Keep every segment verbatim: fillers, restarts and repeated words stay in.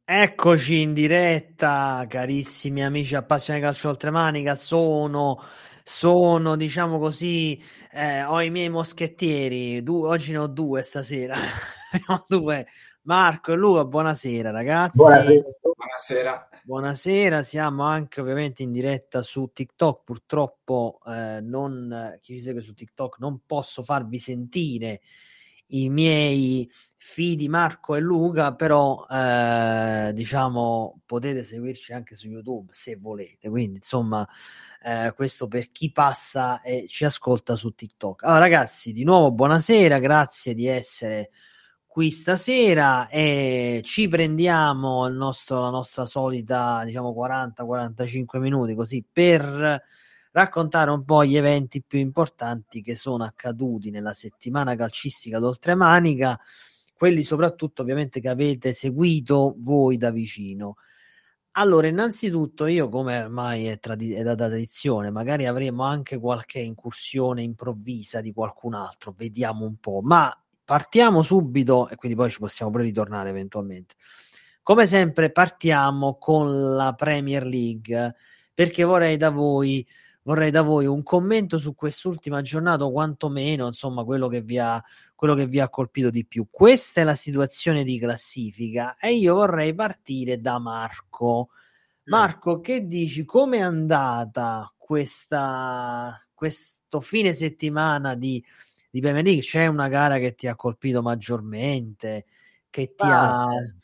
Eccoci in diretta, carissimi amici appassionati di calcio oltremanica. Sono, sono, diciamo così, eh, ho i miei moschettieri. Du- oggi ne ho due stasera. Ne ho due. Marco e Luca, buonasera ragazzi. Buonasera. Buonasera. Buonasera, siamo anche ovviamente in diretta su TikTok. Purtroppo eh, non, chi ci segue su TikTok non posso farvi sentire i miei fidi Marco e Luca, però eh, diciamo potete seguirci anche su YouTube se volete, quindi insomma eh, questo per chi passa e ci ascolta su TikTok. Allora ragazzi, di nuovo buonasera, grazie di essere qui stasera e ci prendiamo il nostro, la nostra solita diciamo quaranta quarantacinque minuti così per raccontare un po' gli eventi più importanti che sono accaduti nella settimana calcistica d'Oltremanica, quelli soprattutto ovviamente che avete seguito voi da vicino. Allora, innanzitutto io, come ormai è, tradi- è da tradizione, magari avremo anche qualche incursione improvvisa di qualcun altro, vediamo un po', ma partiamo subito e quindi poi ci possiamo pure ritornare eventualmente. Come sempre partiamo con la Premier League, perché vorrei da voi vorrei da voi un commento su quest'ultima giornata o quantomeno, insomma, quello che vi ha quello che vi ha colpito di più. Questa è la situazione di classifica e io vorrei partire da Marco. Marco, che dici? Come è andata questa, questo fine settimana di, di Premier League? C'è una gara che ti ha colpito maggiormente? Che ti Ma ha...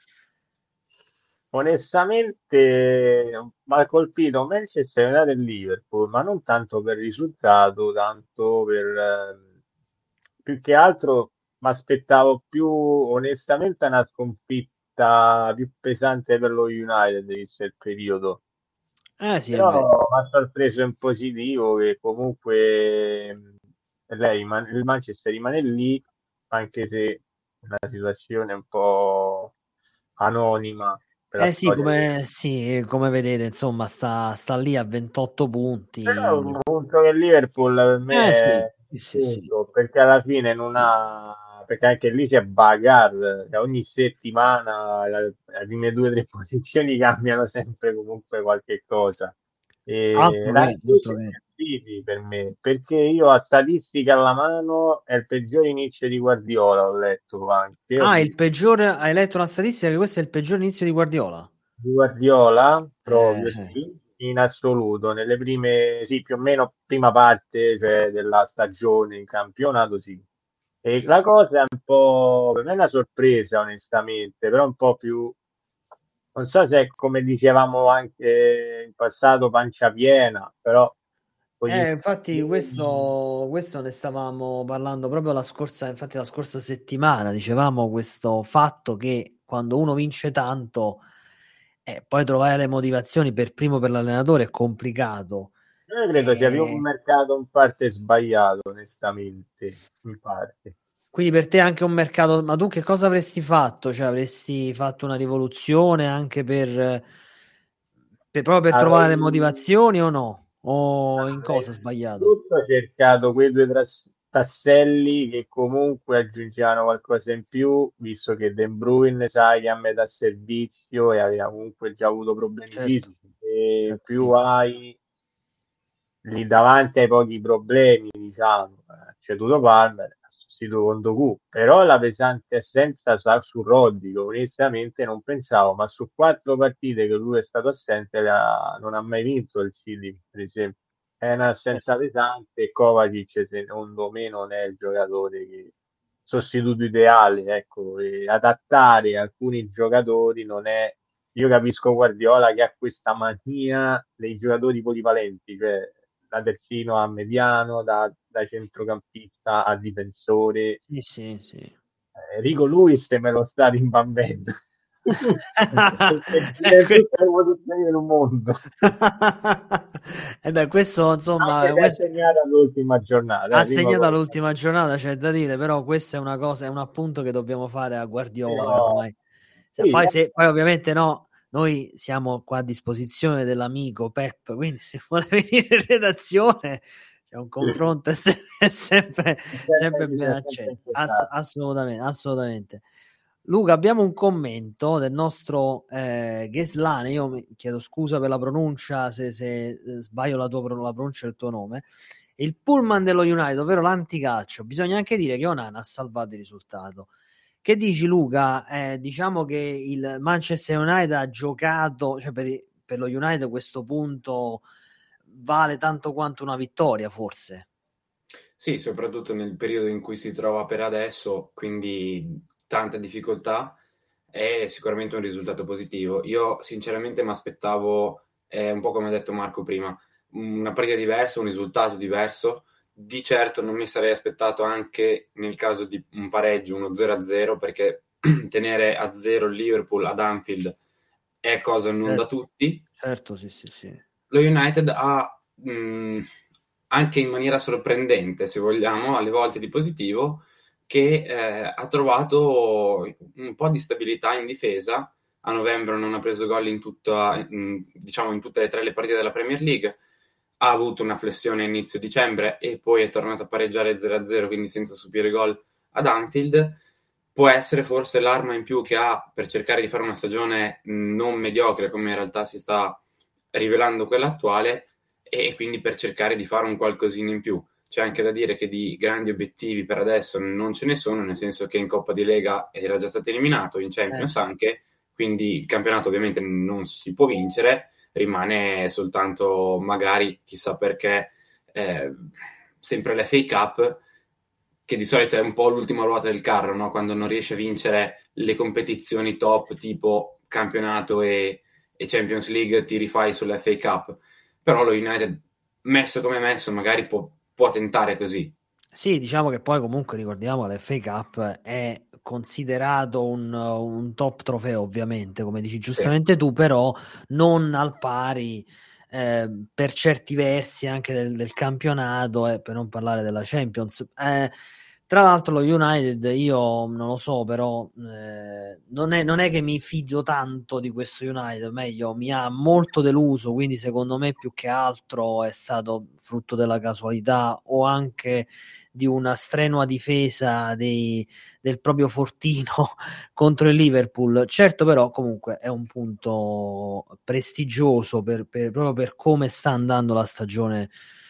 onestamente mi ha colpito Manchester United e Liverpool, ma non tanto per il risultato, tanto per eh, più che altro mi aspettavo più onestamente una sconfitta più pesante per lo United, visto il periodo. Eh sì, è Però vero. mi ha sorpreso in positivo che comunque mh, lei rimane- il Manchester rimane lì, anche se è una situazione un po' anonima per la Eh sì, storia del... come, sì, come vedete, insomma, sta, sta lì a ventotto Però punti. un punto che il Liverpool per me Eh sì, è sì, sì, sì. punto, perché alla fine non ha, perché anche lì c'è bagarre, cioè ogni settimana la- le prime due o tre posizioni cambiano sempre comunque qualche cosa. E Altro la che, altro riduce che. City per me, perché io a statistica alla mano è il peggior inizio di Guardiola, ho letto anche, ho Ah, il visto peggiore, hai letto una statistica che questo è il peggior inizio di Guardiola. di Guardiola, Eh, proprio eh. sì, in assoluto, nelle prime, sì, più o meno prima parte, cioè, della stagione in campionato, sì. E la cosa è un po', per me è una sorpresa, onestamente, però un po' più, non so se è come dicevamo anche in passato, pancia piena, però con gli Eh, infatti infortuni, questo, questo ne stavamo parlando proprio la scorsa, infatti la scorsa settimana, dicevamo questo fatto che quando uno vince tanto, eh, poi trovare le motivazioni per primo per l'allenatore è complicato. io credo sia più un Eh, mercato in parte sbagliato, onestamente, in parte. quindi per te è anche un mercato, ma tu che cosa avresti fatto? Cioè avresti fatto una rivoluzione anche per, per proprio per trovare le Avrei motivazioni o no? O in Avrei cosa è sbagliato? innanzitutto cercato quei due tras- tasselli che comunque aggiungevano qualcosa in più, visto che De Bruyne sai che è a metà servizio e aveva comunque già avuto problemi Certo, fisici. E certo, più sì. hai lì davanti ai pochi problemi, diciamo, eh, ha ceduto Palmer, ha sostituito con Doku, però la pesante assenza sa su Rodri, che onestamente non pensavo, ma su quattro partite che lui è stato assente la- non ha mai vinto il City, per esempio. È Eh, un'assenza pesante e Kovacic secondo me non è il giocatore che sostituto ideale, ecco, e adattare alcuni giocatori non è... Io capisco Guardiola che ha questa mania dei giocatori polivalenti, cioè da terzino a mediano, da, da centrocampista a difensore. sì, sì, sì. Eh, Rico Lewis me lo sta rimbambendo. Perché E gira in que- tutte le posizioni del mondo. E beh, questo insomma, Anche se è questo segnata l'ultima giornata, ha eh, prima segnato con l'ultima giornata, c'è da dire, però questa è una cosa, è un appunto che dobbiamo fare a Guardiola, però, casomai. Se- sì, Poi, eh, se, poi ovviamente no, noi siamo qua a disposizione dell'amico Pep, quindi se vuole venire in redazione c'è un confronto, è, se- è sempre, è sempre, sempre ben è sempre accetto, Ass- importante. assolutamente, assolutamente. Luca, abbiamo un commento del nostro eh, Gheslane. Io mi chiedo scusa per la pronuncia se, se eh, sbaglio la, tua, la pronuncia del tuo nome. Il pullman dello United, ovvero l'anticalcio. Bisogna anche dire che Onana ha salvato il risultato. Che dici, Luca? Eh, diciamo che il Manchester United ha giocato, cioè per, per lo United questo punto vale tanto quanto una vittoria, forse. Sì, soprattutto nel periodo in cui si trova per adesso, quindi tanta difficoltà, è sicuramente un risultato positivo. Io sinceramente mi aspettavo, eh, un po' come ha detto Marco prima, una partita diversa, un risultato diverso. Di certo non mi sarei aspettato anche nel caso di un pareggio, uno zero a zero, perché tenere a zero il Liverpool ad Anfield è cosa non certo, da tutti. Certo, sì, sì, sì. Lo United ha... Mh, anche in maniera sorprendente, se vogliamo, alle volte di positivo, che eh, ha trovato un po' di stabilità in difesa. A novembre non ha preso gol in, tutta, in, diciamo, in tutte e tre le partite della Premier League, ha avuto una flessione a inizio dicembre e poi è tornato a pareggiare zero a zero, quindi senza subire gol ad Anfield. Può essere forse l'arma in più che ha per cercare di fare una stagione non mediocre, come in realtà si sta rivelando quella attuale, e quindi per cercare di fare un qualcosina in più. C'è anche da dire che di grandi obiettivi per adesso non ce ne sono, nel senso che in Coppa di Lega era già stato eliminato, in Champions eh. anche, quindi il campionato ovviamente non si può vincere, rimane soltanto magari, chissà perché, eh, sempre l'F A Cup, che di solito è un po' l'ultima ruota del carro, no? Quando non riesce a vincere le competizioni top tipo campionato e, e Champions League ti rifai sull'F A Cup. Però lo United, messo come messo, magari può, può tentare così. Sì, diciamo che poi comunque ricordiamo che l'F A Cup è considerato un, un top trofeo, ovviamente, come dici giustamente sì. tu, però non al pari eh, per certi versi anche del, del campionato, e eh, per non parlare della Champions. Eh, tra l'altro lo United, io non lo so, però eh, non, è, non è che mi fido tanto di questo United, meglio, mi ha molto deluso, quindi secondo me più che altro è stato frutto della casualità o anche di una strenua difesa dei, del proprio fortino contro il Liverpool. Certo, però comunque è un punto prestigioso per, per, proprio per come sta andando la stagione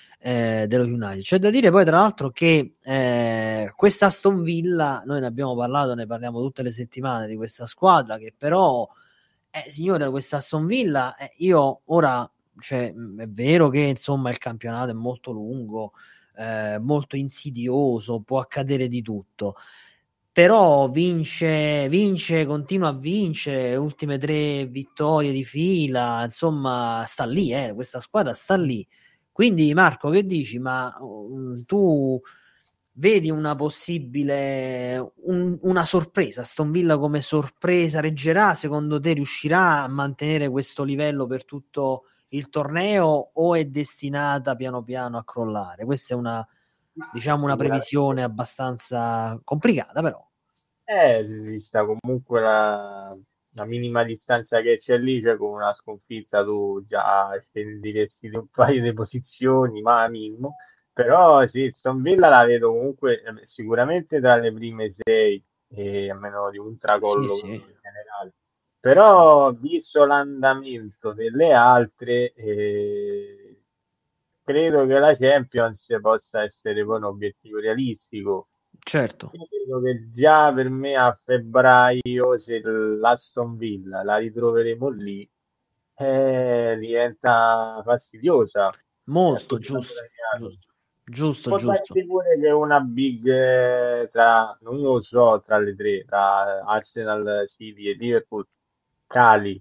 eh, dello United. C'è da dire poi tra l'altro che eh, questa Aston Villa, noi ne abbiamo parlato, ne parliamo tutte le settimane di questa squadra, che però eh, signore, questa Aston Villa eh, io ora, cioè, è vero che insomma il campionato è molto lungo, Eh, molto insidioso, può accadere di tutto, però vince, vince, continua a vincere, ultime tre vittorie di fila, insomma sta lì, eh, questa squadra sta lì. Quindi Marco, che dici? Ma um, tu vedi una possibile un, una sorpresa? Aston Villa come sorpresa reggerà? Secondo te riuscirà a mantenere questo livello per tutto il torneo o è destinata piano piano a crollare? Questa è una, diciamo, una previsione abbastanza complicata, però. Eh, vista comunque la, la minima distanza che c'è lì, cioè con una sconfitta tu già scendiresti di un paio di posizioni, ma minimo. Però sì, Aston Villa la vedo comunque eh, sicuramente tra le prime sei, e a meno di un tracollo sì, sì. in generale. Però visto l'andamento delle altre, eh, credo che la Champions possa essere poi un obiettivo realistico. Certo. Io credo che già per me a febbraio, se l'Aston Villa la ritroveremo lì, eh, diventa fastidiosa. Molto giusto, giusto, giusto, Può giusto. darsi pure che una big eh, tra, non lo so, tra le tre, tra Arsenal, City e Liverpool, cali.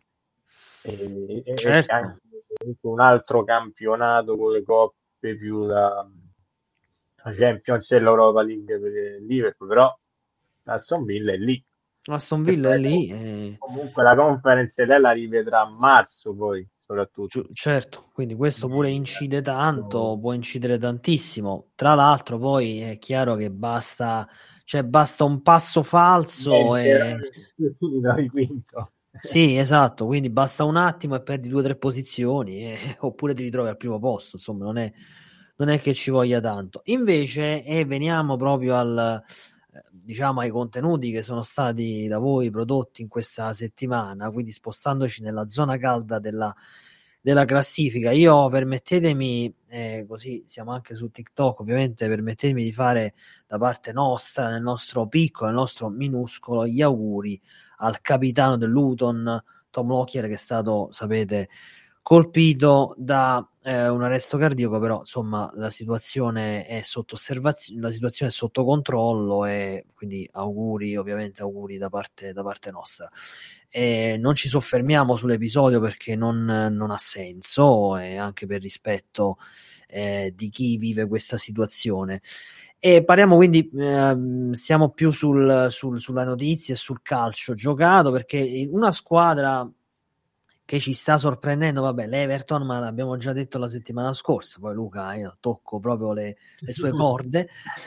E, e certo. anche un altro campionato con le coppe più la, la Champions e l'Europa League per il Liverpool, però Aston Villa è lì. Aston Villa è lì. E... comunque la conference lei la rivedrà a marzo poi, soprattutto. Certo, quindi questo pure incide tanto, può incidere tantissimo. Tra l'altro poi è chiaro che basta, cioè basta un passo falso e... quinto. Sì, esatto, quindi basta un attimo e perdi due o tre posizioni e... oppure ti ritrovi al primo posto, insomma non è, non è che ci voglia tanto. Invece, e veniamo proprio al, diciamo ai contenuti che sono stati da voi prodotti in questa settimana, quindi spostandoci nella zona calda della, della classifica, io permettetemi, eh, così siamo anche su TikTok, ovviamente permettetemi di fare da parte nostra, nel nostro piccolo, nel nostro minuscolo, gli auguri al capitano del Luton, Tom Lockyer, che è stato, sapete, colpito da eh, un arresto cardiaco, però insomma la situazione è sotto osservazione, la situazione è sotto controllo, e quindi auguri, ovviamente auguri da parte, da parte nostra. E non ci soffermiamo sull'episodio perché non, non ha senso, e anche per rispetto eh, di chi vive questa situazione. E parliamo quindi, eh, siamo più sul, sul, sulla notizia e sul calcio giocato, perché una squadra che ci sta sorprendendo, vabbè, l'Everton, ma l'abbiamo già detto la settimana scorsa, poi Luca, io tocco proprio le, le sue corde,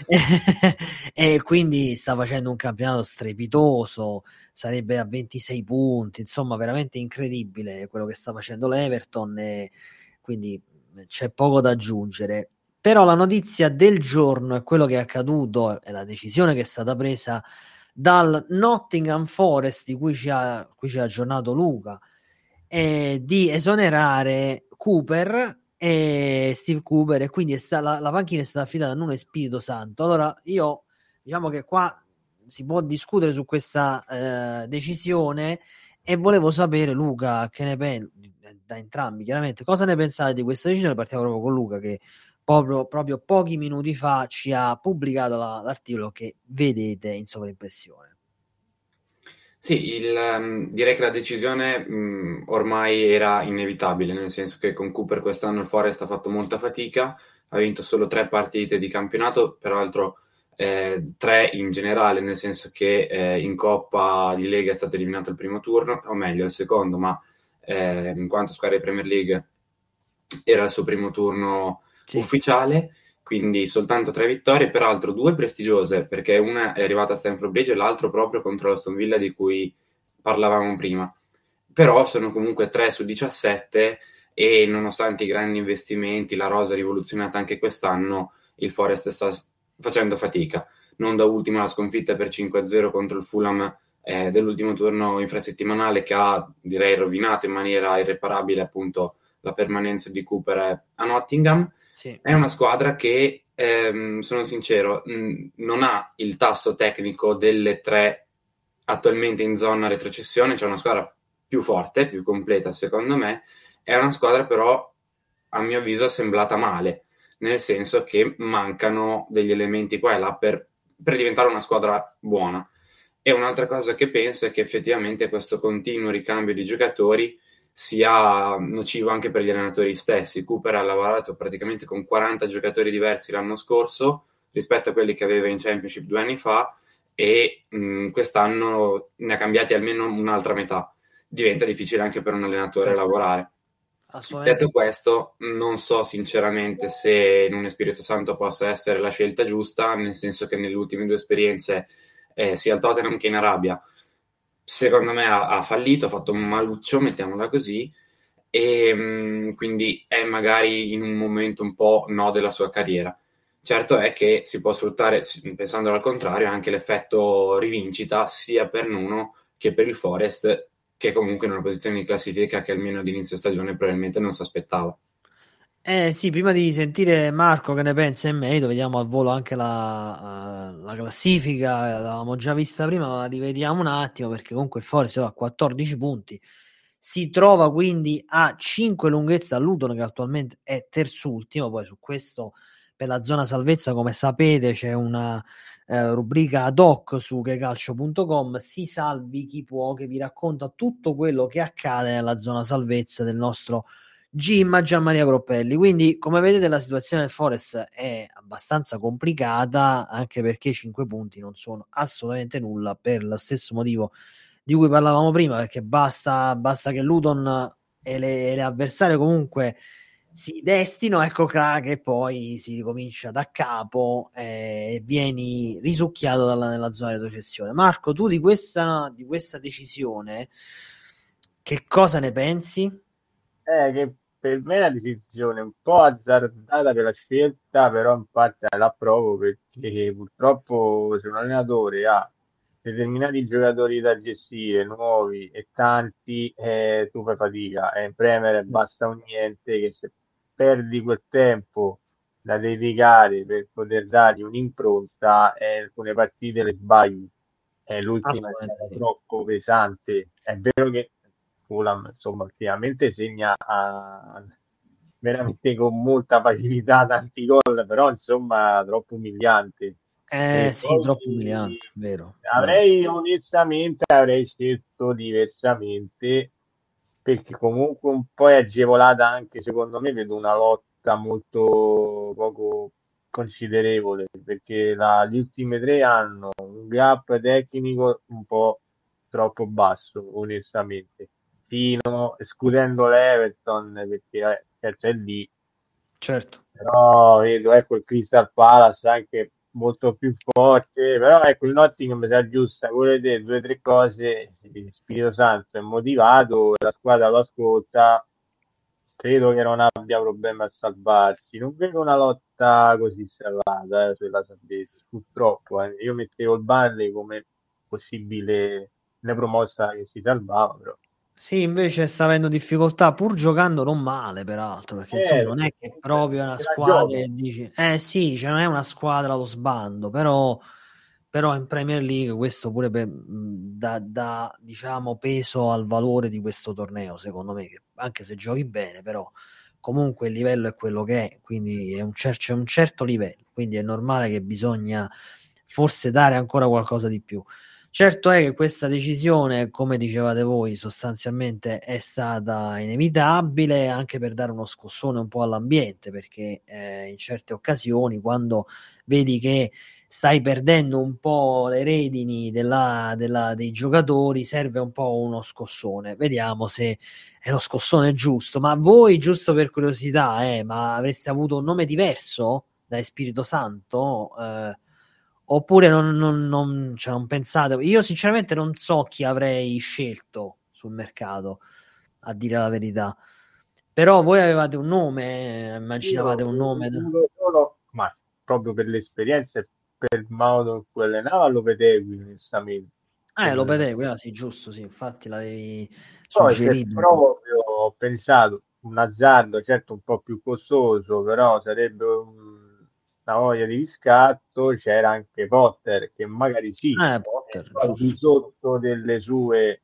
e quindi sta facendo un campionato strepitoso, sarebbe a ventisei punti, insomma veramente incredibile quello che sta facendo l'Everton, e quindi c'è poco da aggiungere. Però la notizia del giorno è quello che è accaduto, è la decisione che è stata presa dal Nottingham Forest, di cui ci ha, cui ci ha aggiornato Luca, eh, di esonerare Cooper e Steve Cooper, e quindi è sta, la, la panchina è stata affidata a Nuno Espirito Santo. Allora io, diciamo che qua si può discutere su questa eh, decisione, e volevo sapere, Luca, che ne pensi, da entrambi chiaramente, cosa ne pensate di questa decisione. Partiamo proprio con Luca, che proprio, proprio pochi minuti fa ci ha pubblicato la, l'articolo che vedete in sovraimpressione. Sì, il, um, direi che la decisione um, ormai era inevitabile, nel senso che con Cooper quest'anno il Forest ha fatto molta fatica, ha vinto solo tre partite di campionato, peraltro eh, tre in generale, nel senso che eh, in Coppa di Lega è stato eliminato il primo turno, o meglio il secondo, ma eh, in quanto squadra di Premier League era il suo primo turno sì. ufficiale, quindi soltanto tre vittorie, peraltro due prestigiose, perché una è arrivata a Stamford Bridge e l'altro proprio contro l'Aston Villa di cui parlavamo prima. Però sono comunque tre su diciassette, e nonostante i grandi investimenti, la rosa rivoluzionata anche quest'anno, il Forest sta facendo fatica. Non da ultima la sconfitta per cinque a zero contro il Fulham eh, dell'ultimo turno infrasettimanale, che ha, direi, rovinato in maniera irreparabile appunto la permanenza di Cooper a Nottingham. Sì. È una squadra che, ehm, sono sincero, mh, non ha il tasso tecnico delle tre attualmente in zona retrocessione. C'è una squadra più forte, più completa secondo me. È una squadra però, a mio avviso, assemblata male, nel senso che mancano degli elementi qua e là per, per diventare una squadra buona. E un'altra cosa che penso è che effettivamente questo continuo ricambio di giocatori sia nocivo anche per gli allenatori stessi. Cooper ha lavorato praticamente con quaranta giocatori diversi l'anno scorso rispetto a quelli che aveva in Championship due anni fa, e mh, quest'anno ne ha cambiati almeno un'altra metà. Diventa difficile anche per un allenatore certo. lavorare. Detto questo, non so sinceramente se Nuno Espirito Santo possa essere la scelta giusta, nel senso che nelle ultime due esperienze eh, sia il Tottenham che in Arabia, secondo me ha, ha fallito, ha fatto un maluccio, mettiamola così, e mh, quindi è magari in un momento un po' no della sua carriera. Certo è che si può sfruttare, pensando al contrario, anche l'effetto rivincita sia per Nuno che per il Forest, che comunque in una posizione di classifica che almeno ad inizio stagione probabilmente non si aspettava. Eh sì, prima di sentire Marco che ne pensa in merito, vediamo al volo anche la, uh, la classifica, l'avevamo già vista prima, ma la rivediamo un attimo, perché comunque il Forest ha quattordici punti, si trova quindi a cinque lunghezza al Luton, che attualmente è terzultimo. Poi su questo, per la zona salvezza, come sapete, c'è una eh, rubrica ad hoc su checalcio punto com, si salvi chi può, che vi racconta tutto quello che accade nella zona salvezza del nostro Jim Gianmaria Groppelli. Quindi, come vedete, la situazione del Forest è abbastanza complicata, anche perché cinque punti non sono assolutamente nulla, per lo stesso motivo di cui parlavamo prima, perché basta, basta che Luton e le, e le avversarie comunque si destino, ecco che poi si ricomincia da capo e vieni risucchiato dalla, nella zona di retrocessione. Marco, tu di questa, di questa decisione che cosa ne pensi? Eh, che per me è una decisione un po' azzardata per la scelta, però in parte l'approvo, perché che purtroppo se un allenatore ha determinati giocatori da gestire, nuovi e tanti, eh, tu fai fatica. E in Premier basta un niente, che se perdi quel tempo da dedicare per poter dargli un'impronta, eh, alcune partite le sbagli. Eh, l'ultima è stata troppo pesante. È vero che Fulham, insomma, ultimamente segna a, veramente con molta facilità tanti gol, però insomma troppo umiliante. Eh sì, poi, troppo umiliante, vero. Avrei vero. onestamente avrei scelto diversamente, perché comunque un po' è agevolata anche, secondo me, vedo una lotta molto poco considerevole, perché la, gli ultimi tre hanno un gap tecnico un po' troppo basso, onestamente, fino escludendo l'Everton, perché eh, c'è lì. Certo. Però vedo, ecco, il Crystal Palace anche molto più forte, però ecco il Nottingham si aggiusta quelle te, due o tre cose, Spirito Santo è motivato, la squadra lo ascolta, credo che non abbia problemi a salvarsi, non vedo una lotta così serrata eh, sulla salvezza, purtroppo eh. Io mettevo il Burnley come possibile ne promossa che si salvava, però sì, invece sta avendo difficoltà, pur giocando non male, peraltro, perché eh, insomma non è che proprio è una squadra che dici, eh sì, cioè non è una squadra allo sbando, però, però in Premier League questo pure per, dà, dà, diciamo, peso al valore di questo torneo, secondo me, che anche se giochi bene, però comunque il livello è quello che è, quindi è un, cer- c'è un certo livello, quindi è normale che bisogna forse dare ancora qualcosa di più. Certo è che questa decisione, come dicevate voi, sostanzialmente è stata inevitabile anche per dare uno scossone un po' all'ambiente, perché eh, in certe occasioni, quando vedi che stai perdendo un po' le redini della, della, dei giocatori, serve un po' uno scossone. Vediamo se è lo scossone giusto. Ma voi, giusto per curiosità, eh, ma avreste avuto un nome diverso da Spirito Santo? Eh, oppure non, non, non, cioè non pensate? Io sinceramente non so chi avrei scelto sul mercato, a dire la verità, però voi avevate un nome, immaginavate io un nome solo, ma proprio per l'esperienza e per il modo in cui allenava lo vedevi onestamente. eh lo vedevi, ah, sì, giusto, sì, infatti l'avevi Poi se suggerito. proprio ho pensato un azzardo, certo un po' più costoso, però sarebbe un, una voglia di riscatto, c'era anche Potter che magari sì, Eh, Potter, è al di giusto. sotto delle sue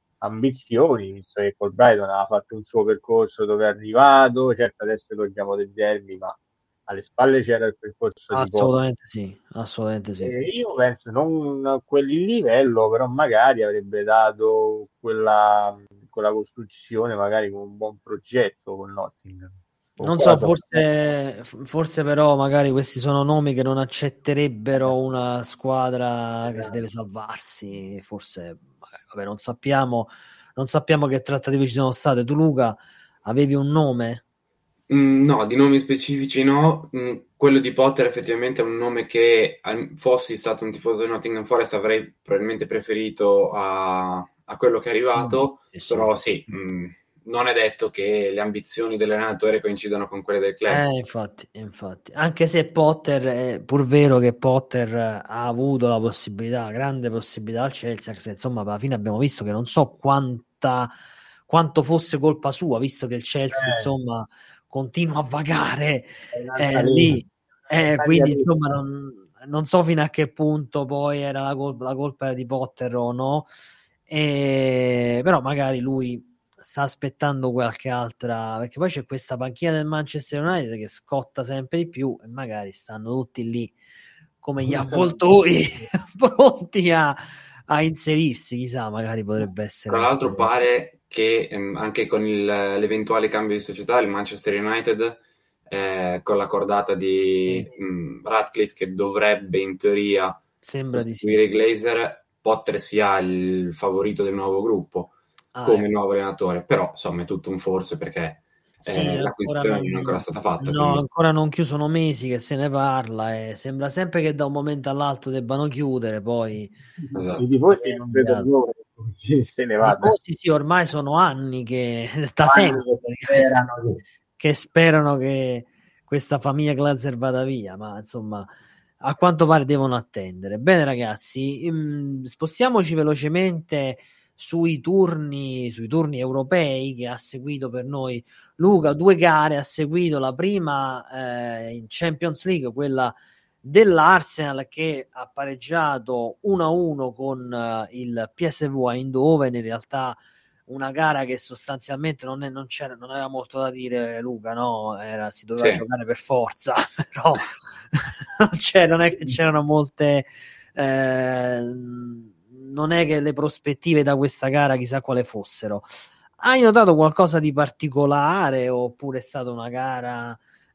ambizioni, visto che col Brighton aveva fatto un suo percorso dove è arrivato, certo adesso torniamo De Zerbi, ma alle spalle c'era il percorso di Potter. Assolutamente sì, assolutamente sì. Eh, io penso non a quel livello, però magari avrebbe dato quella, quella costruzione, magari con un buon progetto con Nottingham. Non so, forse, forse però magari questi sono nomi che non accetterebbero una squadra che si deve salvarsi, forse, vabbè, non sappiamo, non sappiamo che trattative ci sono state. Tu Luca, avevi un nome? Mm, no, di nomi specifici no. Mm, quello di Potter effettivamente è un nome che, fossi stato un tifoso di Nottingham Forest, avrei probabilmente preferito a, a quello che è arrivato, sì, sì. però sì, mm, non è detto che le ambizioni dell'allenatore coincidano con quelle del club. Eh, infatti, infatti. Anche se Potter, è pur vero che Potter ha avuto la possibilità, grande possibilità al Chelsea, anche se insomma alla fine abbiamo visto che non so quanta, quanto fosse colpa sua, visto che il Chelsea Eh. insomma continua a vagare eh, lì, eh, quindi insomma non, non so fino a che punto poi era la colpa, la colpa era di Potter o no, e, però magari lui sta aspettando qualche altra, perché poi c'è questa panchina del Manchester United che scotta sempre di più e magari stanno tutti lì come gli avvoltoi pronti a, a inserirsi, chissà, magari potrebbe essere. Tra l'altro pare che ehm, anche con il, l'eventuale cambio di società il Manchester United eh, con la cordata di sì. mh, Radcliffe, che dovrebbe in teoria Sembra sostituire di sì. Glazer, Potter sia il favorito del nuovo gruppo ah, come ecco. nuovo allenatore, però insomma è tutto un forse, perché sì, eh, l'acquisizione non, non è ancora stata fatta. No, quindi... ancora non chiuso, sono mesi che se ne parla e sembra sempre che da un momento all'altro debbano chiudere, poi esatto. I tifosi non vedono se ne vada. I tifosi sì, ormai sono anni che da sempre che sperano, che sperano che questa famiglia Glazer vada via, ma insomma a quanto pare devono attendere. Bene ragazzi, mh, spostiamoci velocemente sui turni, sui turni europei che ha seguito per noi Luca. Due gare ha seguito, la prima eh, in Champions League, quella dell'Arsenal, che ha pareggiato uno a uno con uh, il P S V Eindhoven. In realtà una gara che sostanzialmente non, è, non, c'era, non aveva molto da dire, Luca, no? Era, si doveva sì. giocare per forza, però non, c'è, non è che c'erano molte eh, non è che le prospettive da questa gara chissà quale fossero. Hai notato qualcosa di particolare oppure è stata una gara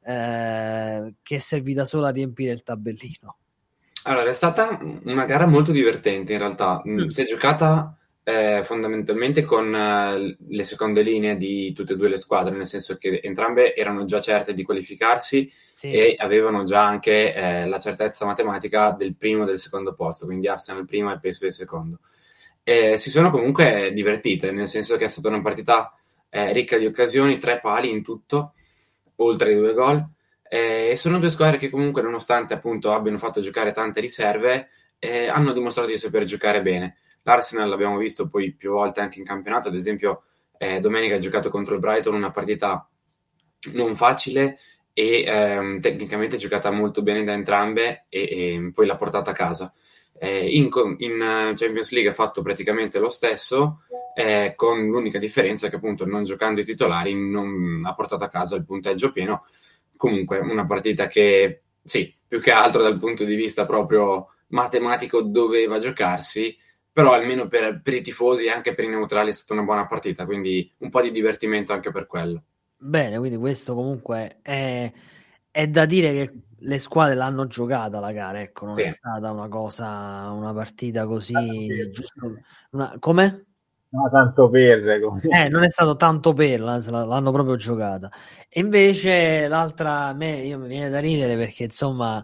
eh, che è servita solo a riempire il tabellino? Allora, è stata una gara molto divertente in realtà. Mm. Si è giocata eh, fondamentalmente con eh, le seconde linee di tutte e due le squadre, nel senso che entrambe erano già certe di qualificarsi, sì. E avevano già anche eh, la certezza matematica del primo e del secondo posto, quindi Arsenal il primo e P S V il secondo. Eh, si sono comunque divertite, nel senso che è stata una partita eh, ricca di occasioni, tre pali in tutto, oltre ai due gol. E eh, sono due squadre che comunque, nonostante appunto abbiano fatto giocare tante riserve, eh, hanno dimostrato di saper giocare bene. L'Arsenal l'abbiamo visto poi più volte anche in campionato, ad esempio eh, domenica ha giocato contro il Brighton, una partita non facile e ehm, tecnicamente giocata molto bene da entrambe, e, e poi l'ha portata a casa. Eh, in, in Champions League ha fatto praticamente lo stesso, eh, con l'unica differenza che appunto non giocando i titolari non ha portato a casa il punteggio pieno. Comunque una partita che sì, più che altro dal punto di vista proprio matematico doveva giocarsi, però almeno per, per i tifosi e anche per i neutrali è stata una buona partita, quindi un po' di divertimento anche per quello. Bene, quindi questo comunque è, è da dire che le squadre l'hanno giocata la gara, ecco, non sì. È stata una cosa, una partita così giusto, una, come? No, tanto per eh, non è stato tanto per, l'hanno proprio giocata. E invece l'altra, me, io mi viene da ridere perché insomma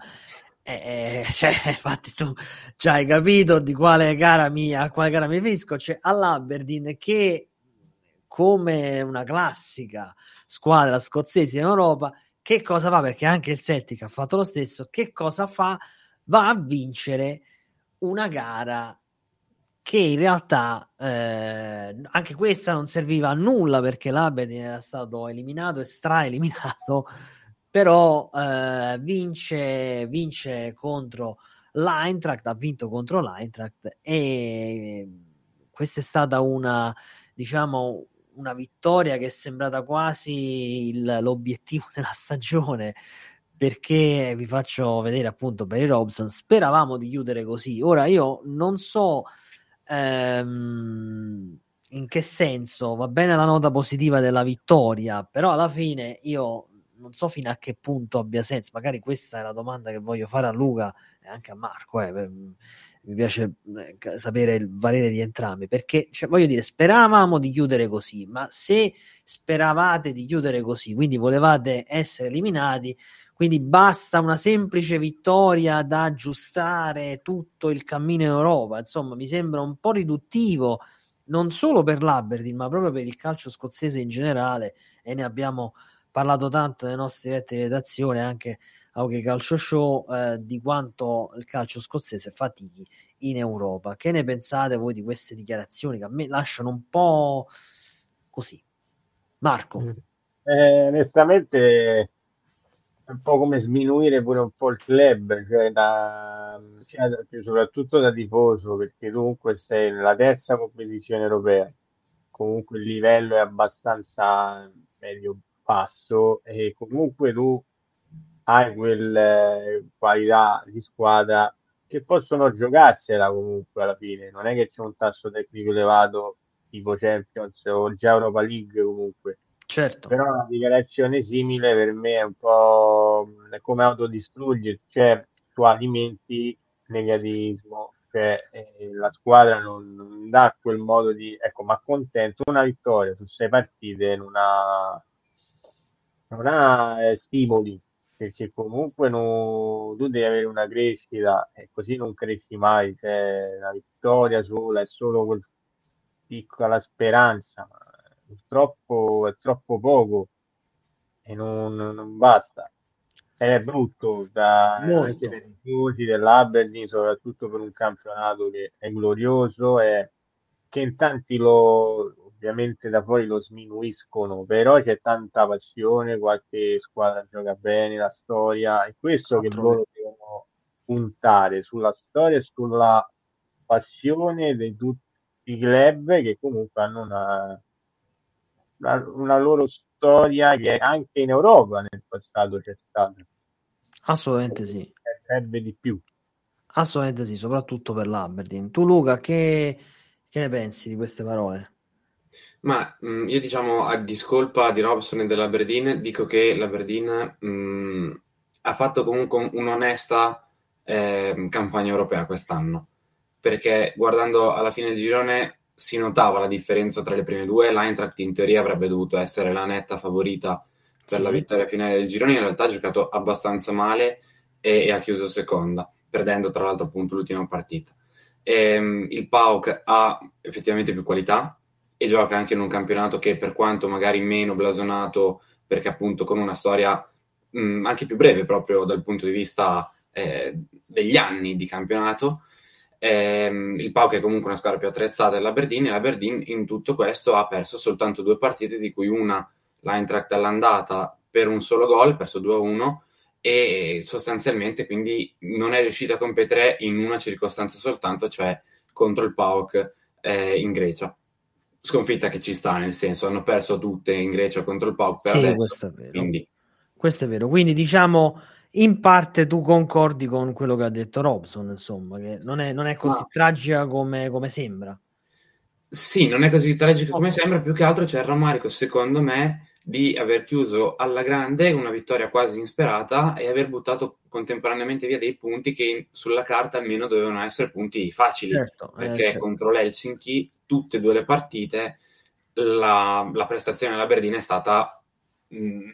eh, cioè, infatti tu già hai capito di quale gara mi, a quale gara mi riferisco. C'è all'Aberdeen che, come una classica squadra scozzese in Europa, che cosa fa? Perché anche il Celtic ha fatto lo stesso. Che cosa fa? Va a vincere una gara che in realtà eh, anche questa non serviva a nulla, perché l'Aberdeen era stato eliminato e stra-eliminato, però eh, vince, vince contro l'Eintracht, ha vinto contro l'Eintracht, e questa è stata una, diciamo, una vittoria che è sembrata quasi il, l'obiettivo della stagione, perché vi faccio vedere appunto per i Robson, speravamo di chiudere così. Ora io non so ehm, in che senso va bene la nota positiva della vittoria, però alla fine io non so fino a che punto abbia senso. Magari questa è la domanda che voglio fare a Luca e anche a Marco, eh, per, mi piace eh, sapere il parere di entrambi, perché cioè, voglio dire, speravamo di chiudere così, ma se speravate di chiudere così, quindi volevate essere eliminati, quindi basta una semplice vittoria da aggiustare tutto il cammino in Europa, insomma mi sembra un po' riduttivo non solo per l'Aberdeen ma proprio per il calcio scozzese in generale, e ne abbiamo parlato tanto nelle nostre dirette di redazione anche a OK Calcio Show, eh, di quanto il calcio scozzese fatichi in Europa. Che ne pensate voi di queste dichiarazioni che a me lasciano un po' così? Marco? Eh, onestamente è un po' come sminuire pure un po' il club, cioè da, sia da, soprattutto da tifoso, perché tu comunque sei nella terza competizione europea, comunque il livello è abbastanza medio basso e comunque tu hai quelle qualità di squadra che possono giocarsela comunque alla fine, non è che c'è un tasso tecnico elevato tipo Champions o già Europa League comunque. Certo. Però una dichiarazione simile per me è un po' come autodistruggersi, cioè tu alimenti negativismo, cioè eh, la squadra non, non dà quel modo di, ecco, ma contento una vittoria su sei partite non ha, non ha eh, stimoli, perché comunque no, tu devi avere una crescita e così non cresci mai, cioè la vittoria sola è solo quel piccola speranza, ma purtroppo è troppo poco e non, non basta. è brutto da, anche Molto. dai tifosi dell'Aberdeen, soprattutto per un campionato che è glorioso e che in tanti lo ovviamente da fuori lo sminuiscono, però c'è tanta passione, qualche squadra gioca bene, la storia, è questo che Altro che. loro devono puntare sulla storia e sulla passione di tutti i club che comunque hanno una, una, una loro storia che anche in Europa nel passato c'è stata. Assolutamente sì. Serve di più. Assolutamente sì, soprattutto per l'Aberdeen. Tu Luca, che, che ne pensi di queste parole? Ma mh, io diciamo a discolpa di Robson e dell'Aberdeen dico che l'Aberdeen mh, ha fatto comunque un'onesta eh, campagna europea quest'anno, perché guardando alla fine del girone si notava la differenza tra le prime due. L'Eintracht in teoria avrebbe dovuto essere la netta favorita per Sì. la vittoria finale del girone, in realtà ha giocato abbastanza male e, e ha chiuso seconda, perdendo tra l'altro appunto l'ultima partita. E, mh, il P A O K ha effettivamente più qualità e gioca anche in un campionato che, per quanto magari meno blasonato, perché appunto con una storia mh, anche più breve proprio dal punto di vista eh, degli anni di campionato, ehm, il P A O K è comunque una squadra più attrezzata dell'Aberdeen, e l'Aberdeen in tutto questo ha perso soltanto due partite, di cui una l'Eintracht all'andata per un solo gol, perso due a uno, e sostanzialmente quindi non è riuscita a competere in una circostanza soltanto, cioè contro il P A O K eh, in Grecia. Sconfitta che ci sta, nel senso, hanno perso tutte in Grecia contro il P A O K per Sì, adesso, questo è vero. quindi Questo è vero. Quindi diciamo in parte tu concordi con quello che ha detto Robson, insomma, che non è, non è così ma tragica come, come sembra. sì, non è così tragico come Ok. sembra, più che altro c'è il rammarico, secondo me, di aver chiuso alla grande una vittoria quasi insperata e aver buttato contemporaneamente via dei punti che sulla carta almeno dovevano essere punti facili, Certo, eh, perché certo. contro l'Helsinki tutte e due le partite la, la prestazione della Berdina è stata mh,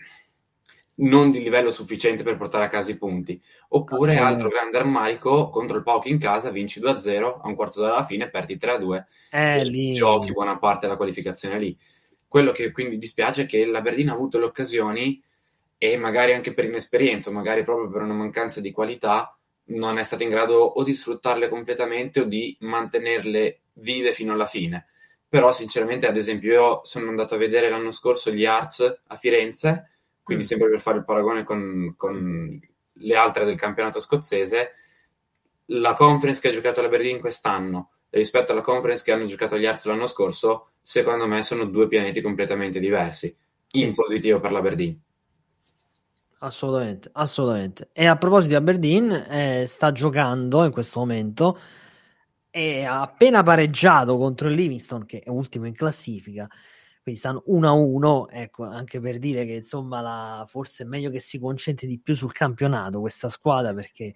non di livello sufficiente per portare a casa i punti. Oppure, altro Assolutamente. grande armarico, contro il P A O K in casa vinci due a zero, a un quarto d'ora alla fine perdi tre a due Eh, e giochi lì... buona parte della qualificazione lì. Quello che quindi dispiace è che l'Aberdeen ha avuto le occasioni e magari anche per inesperienza, magari proprio per una mancanza di qualità, non è stato in grado o di sfruttarle completamente o di mantenerle vive fino alla fine. Però sinceramente, ad esempio, io sono andato a vedere l'anno scorso gli Hearts a Firenze, quindi Mm. sempre per fare il paragone con, con le altre del campionato scozzese. La conference che ha giocato l'Aberdeen quest'anno rispetto alla conference che hanno giocato gli Hearts l'anno scorso, secondo me sono due pianeti completamente diversi, in Sì, positivo per l'Aberdeen. assolutamente, assolutamente. E a proposito di Aberdeen, eh, sta giocando in questo momento e ha appena pareggiato contro il Livingston, che è ultimo in classifica. Quindi stanno uno a uno, ecco, anche per dire che insomma la, forse è meglio che si concentri di più sul campionato questa squadra, perché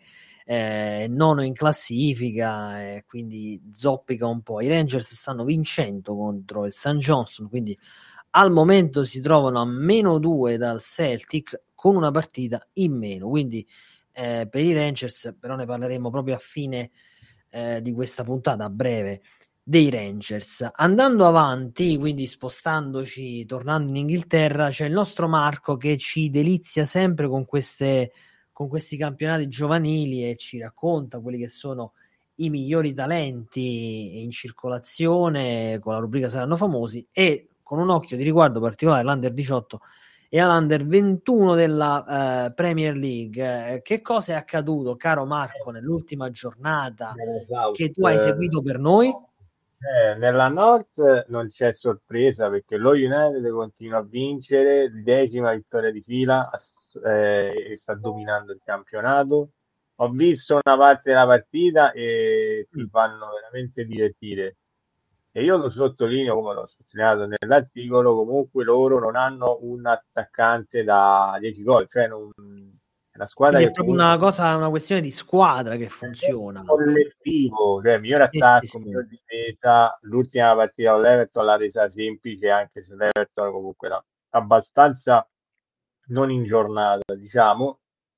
è nono in classifica e quindi zoppica un po'. I Rangers stanno vincendo contro il Saint Johnstone, quindi al momento si trovano a meno due dal Celtic con una partita in meno, quindi eh, per i Rangers, però ne parleremo proprio a fine eh, di questa puntata, a breve, dei Rangers. Andando avanti, quindi spostandoci, tornando in Inghilterra, c'è il nostro Marco che ci delizia sempre con queste con questi campionati giovanili e ci racconta quelli che sono i migliori talenti in circolazione con la rubrica Saranno Famosi, e con un occhio di riguardo particolare all'Under diciotto e all'Under ventuno della eh, Premier League. Eh, che cosa è accaduto, caro Marco, nell'ultima giornata Nella che South, tu hai seguito per noi? eh, nella North non c'è sorpresa perché lo United continua a vincere, decima vittoria di fila, ass- eh, e sta dominando il campionato. Ho visto una parte della partita e ti Mm. fanno veramente divertire. E io lo sottolineo, come l'ho sottolineato nell'articolo, comunque loro non hanno un attaccante da dieci gol, cioè non- è una squadra Quindi è che proprio comunque una cosa, una questione di squadra che è funziona. collettivo, cioè miglior Sì, sì, attacco, sì. miglior difesa. L'ultima partita con l'Everton l'ha resa semplice, anche se l'Everton comunque era abbastanza non in giornata, diciamo.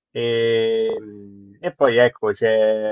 E, e poi ecco c'è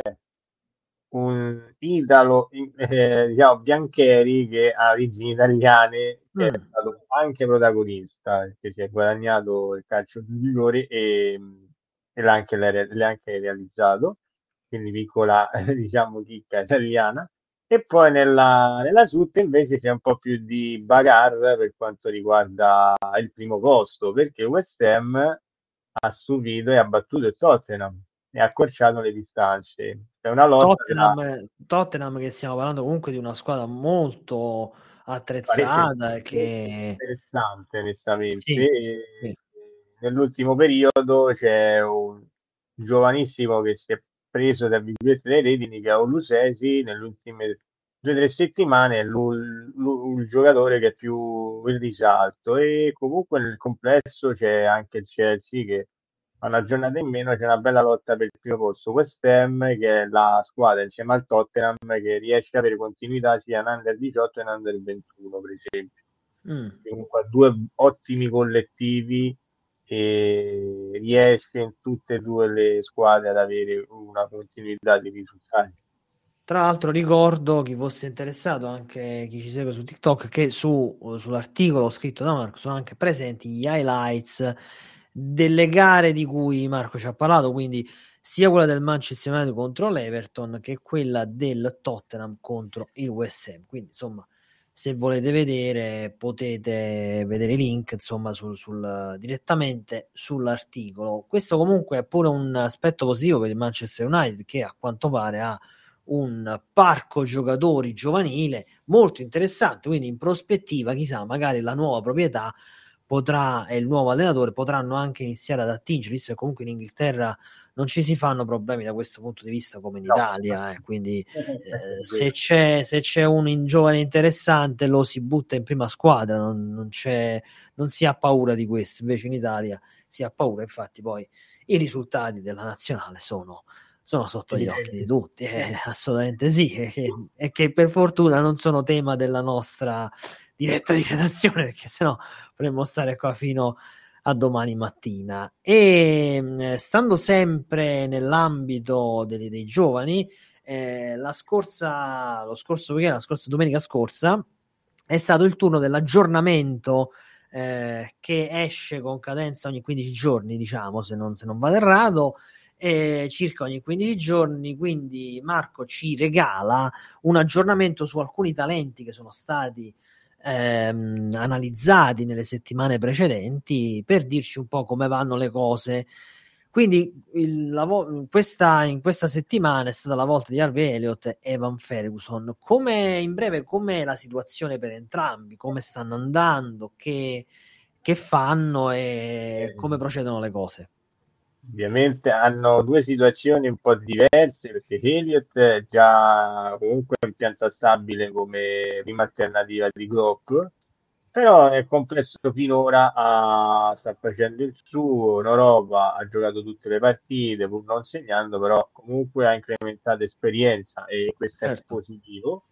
un Italo, eh, diciamo, Biancheri, che ha origini italiane, che è Mm. stato anche protagonista, che si è guadagnato il calcio di rigore e, e l'ha anche, l'ha anche realizzato, quindi piccola diciamo chicca italiana. E poi nella, nella Sud invece c'è un po' più di bagarre per quanto riguarda il primo posto, perché West Ham ha subito e ha battuto il Tottenham e ha accorciato le distanze. È una lotta tra Tottenham, Tottenham che stiamo parlando comunque di una squadra molto parecchio attrezzata e che interessante, onestamente. sì, E sì. nell'ultimo periodo c'è un giovanissimo che si è preso tra virgolette dai redini, che è Olusesi, nelle ultime due o tre settimane è lui, lui, il giocatore che è più in risalto, e comunque nel complesso c'è anche il Chelsea che a una giornata in meno, c'è una bella lotta per il primo posto. West Ham che è la squadra insieme al Tottenham che riesce ad avere continuità sia in under diciotto che in under ventuno, per esempio. Mm. Comunque ha due ottimi collettivi e riesce in tutte e due le squadre ad avere una continuità di risultati. Tra l'altro ricordo chi fosse interessato, anche chi ci segue su TikTok, che su, sull'articolo scritto da Marco sono anche presenti gli highlights delle gare di cui Marco ci ha parlato, quindi sia quella del Manchester United contro l'Everton che quella del Tottenham contro il West Ham. Quindi insomma, se volete vedere potete vedere i link insomma sul, sul, direttamente sull'articolo. Questo comunque è pure un aspetto positivo per il Manchester United, che a quanto pare ha un parco giocatori giovanile molto interessante, quindi in prospettiva chissà magari la nuova proprietà potrà e il nuovo allenatore potranno anche iniziare ad attingere, visto che comunque in Inghilterra non ci si fanno problemi da questo punto di vista come in No. Italia, eh. Quindi eh, se, c'è, se c'è un in giovane interessante lo si butta in prima squadra, non, non, c'è, non si ha paura di questo, invece in Italia si ha paura. Infatti poi i risultati della nazionale sono sono sotto gli occhi di tutti, eh, assolutamente sì, e che, e che per fortuna non sono tema della nostra diretta di redazione, perché sennò potremmo stare qua fino a domani mattina. E stando sempre nell'ambito dei, dei giovani, eh, la scorsa, lo scorso weekend, la scorsa domenica scorsa, è stato il turno dell'aggiornamento eh, che esce con cadenza ogni quindici giorni, diciamo, se non, se non vado errato, eh, circa ogni quindici giorni. Quindi Marco ci regala un aggiornamento su alcuni talenti che sono stati ehm, analizzati nelle settimane precedenti, per dirci un po' come vanno le cose. Quindi il lavoro, questa, in questa settimana è stata la volta di Harvey Elliott e Evan Ferguson. Come, in breve, com'è la situazione per entrambi? Come stanno andando? Che, che fanno e come procedono le cose? Ovviamente hanno due situazioni un po' diverse, perché Elliott è già comunque in pianta stabile come prima alternativa di Klopp, però nel complesso finora ha, sta facendo il suo. In Europa ha giocato tutte le partite pur non segnando, però comunque ha incrementato esperienza e questo certo. È positivo.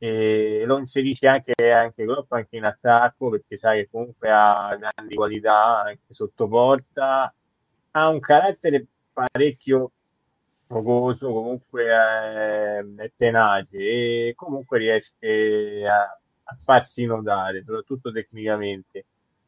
E lo inserisce anche, anche Klopp anche in attacco, perché sai che comunque ha grandi qualità anche sotto porta. Ha un carattere parecchio focoso, comunque è, è tenace e comunque riesce a, a farsi notare, soprattutto tecnicamente.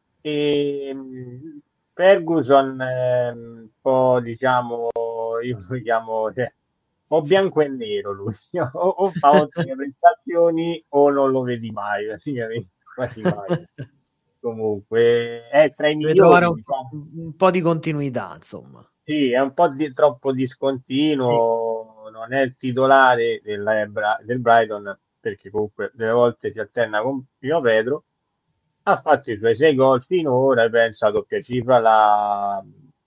E Ferguson è un po', diciamo, io lo chiamo cioè, o bianco e nero lui, o, o fa ottime prestazioni o non lo vedi mai, praticamente, quasi mai. Comunque è tra i deve migliori, trovare un, diciamo. un po' di continuità, insomma. Sì, è un po' di, troppo discontinuo, sì. Non è il titolare del, del Brighton, perché comunque delle volte si alterna con Pino Pedro. Ha fatto i suoi sei gol finora e pensa a doppia cifra la,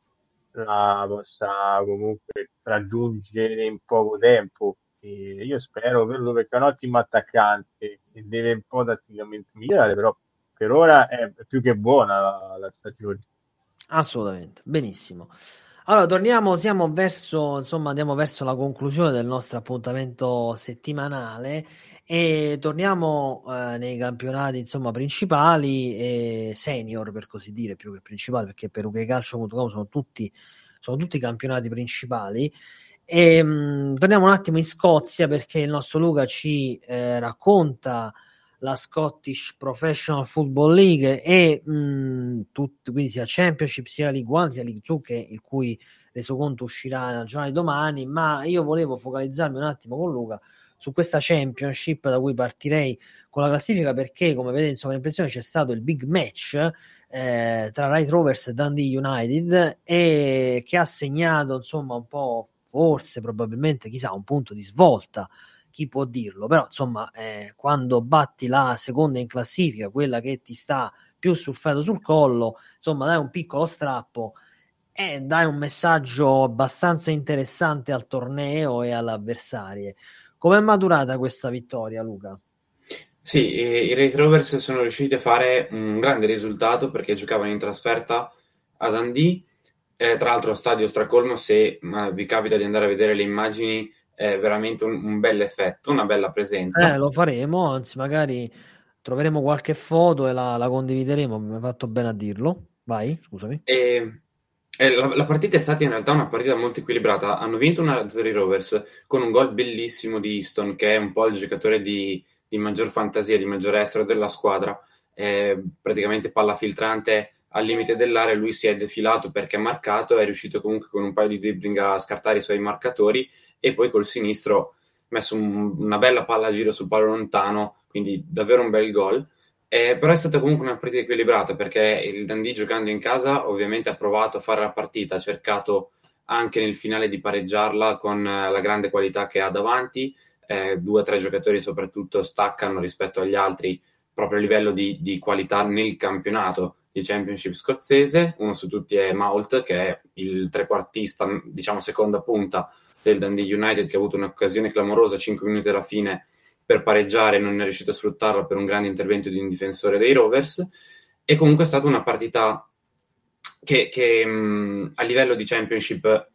la possa comunque raggiungere in poco tempo. E io spero per lui, perché è un ottimo attaccante e deve un po' tatticamente migliorare, però per ora è più che buona la, la stagione. Assolutamente, benissimo. Allora, torniamo, siamo verso, insomma, andiamo verso la conclusione del nostro appuntamento settimanale e torniamo eh, nei campionati, insomma, principali e senior, per così dire, più che principali, perché per ukecalcio punto com sono tutti, sono tutti campionati principali. E mh, torniamo un attimo in Scozia, perché il nostro Luca ci eh, racconta la Scottish Professional Football League e mh, tut, quindi sia Championship sia League One sia League Two, che il cui resoconto uscirà nel giornale domani, ma io volevo focalizzarmi un attimo con Luca su questa Championship da cui partirei con la classifica, perché come vedete in sovraimpressione c'è stato il big match eh, tra Raith Rovers e Dundee United, e che ha segnato insomma un po', forse probabilmente chissà, un punto di svolta, chi può dirlo, però insomma eh, quando batti la seconda in classifica, quella che ti sta più sul feto sul collo, insomma dai un piccolo strappo e dai un messaggio abbastanza interessante al torneo e all'avversario. Com'è maturata questa vittoria, Luca? Sì, i Raith Rovers sono riusciti a fare un grande risultato perché giocavano in trasferta a Dundee, eh, tra l'altro stadio stracolmo. Se ma, vi capita di andare a vedere le immagini, è veramente un, un bel effetto, una bella presenza. Eh, lo faremo, anzi magari troveremo qualche foto e la, la condivideremo, mi hai fatto bene a dirlo. Vai, scusami. E, e la, la partita è stata in realtà una partita molto equilibrata. Hanno vinto uno a zero i Rovers con un gol bellissimo di Easton, che è un po' il giocatore di, di maggior fantasia, di maggior estero della squadra. È praticamente palla filtrante al limite dell'area, lui si è defilato perché è marcato, è riuscito comunque con un paio di dribbling a scartare i suoi marcatori, e poi col sinistro ha messo un, una bella palla a giro sul palo lontano, quindi davvero un bel gol. Eh, però è stata comunque una partita equilibrata, perché il Dundee, giocando in casa, ovviamente ha provato a fare la partita, ha cercato anche nel finale di pareggiarla con eh, la grande qualità che ha davanti. Eh, due o tre giocatori soprattutto staccano rispetto agli altri proprio a livello di, di qualità nel campionato di Championship scozzese. Uno su tutti è Moult, che è il trequartista, diciamo seconda punta del Dundee United, che ha avuto un'occasione clamorosa cinque minuti alla fine per pareggiare, non è riuscito a sfruttarla per un grande intervento di un difensore dei Rovers. E comunque è stata una partita che, che mh, a livello di Championship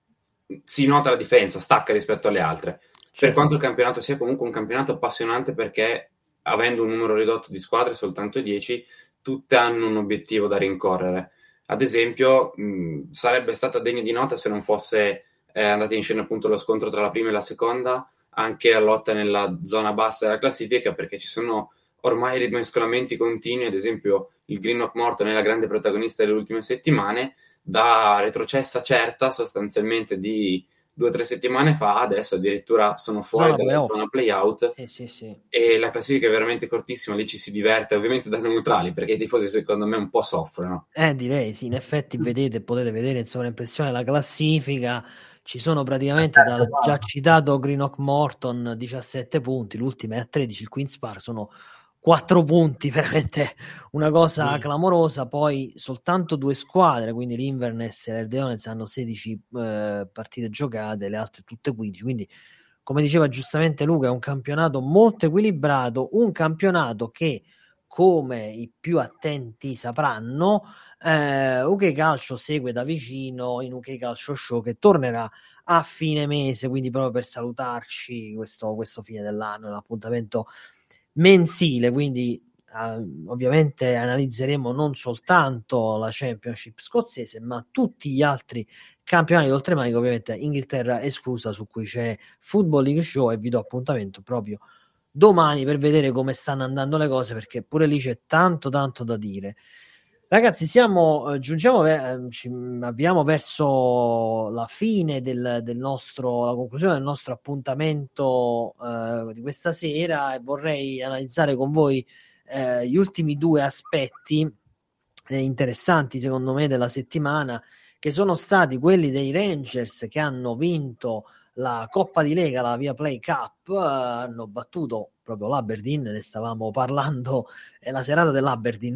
si nota la differenza, stacca rispetto alle altre. Certo. Per quanto il campionato sia comunque un campionato appassionante, perché avendo un numero ridotto di squadre, soltanto dieci, tutte hanno un obiettivo da rincorrere. Ad esempio, mh, sarebbe stata degna di nota se non fosse eh, andata in scena appunto lo scontro tra la prima e la seconda, anche la lotta nella zona bassa della classifica, perché ci sono ormai rimescolamenti continui. Ad esempio il Greenock Morton è la grande protagonista delle ultime settimane, da retrocessa certa sostanzialmente di due o tre settimane fa, adesso addirittura sono fuori zona dalla play-off. zona playout. Eh, sì, sì. E la classifica è veramente cortissima, lì ci si diverte, ovviamente da neutrali, perché i tifosi secondo me un po' soffrono. Eh, direi sì, in effetti vedete, potete vedere in sovraimpressione la classifica, ci sono praticamente dal già citato Greenock Morton diciassette punti, l'ultima è a tredici, il Queen's Park sono quattro punti, veramente una cosa clamorosa. Poi soltanto due squadre, quindi l'Inverness e l'Herdeonez, hanno sedici eh, partite giocate, le altre tutte quindici, quindi come diceva giustamente Luca è un campionato molto equilibrato, un campionato che, come i più attenti sapranno, eh, U K Calcio segue da vicino in U K Calcio Show, che tornerà a fine mese, quindi proprio per salutarci questo, questo fine dell'anno, l'appuntamento mensile. Quindi eh, ovviamente analizzeremo non soltanto la Championship scozzese, ma tutti gli altri campionati d'oltremanica, ovviamente Inghilterra esclusa, su cui c'è Football League Show, e vi do appuntamento proprio domani per vedere come stanno andando le cose, perché pure lì c'è tanto tanto da dire. Ragazzi, siamo eh, giungiamo eh, ci avviamo verso la fine del, del nostro la conclusione del nostro appuntamento eh, di questa sera, e vorrei analizzare con voi eh, gli ultimi due aspetti eh, interessanti secondo me della settimana, che sono stati quelli dei Rangers, che hanno vinto la Coppa di Lega, la Viaplay Cup, eh, hanno battuto proprio l'Aberdeen, ne stavamo parlando, è la serata dell'Aberdeen,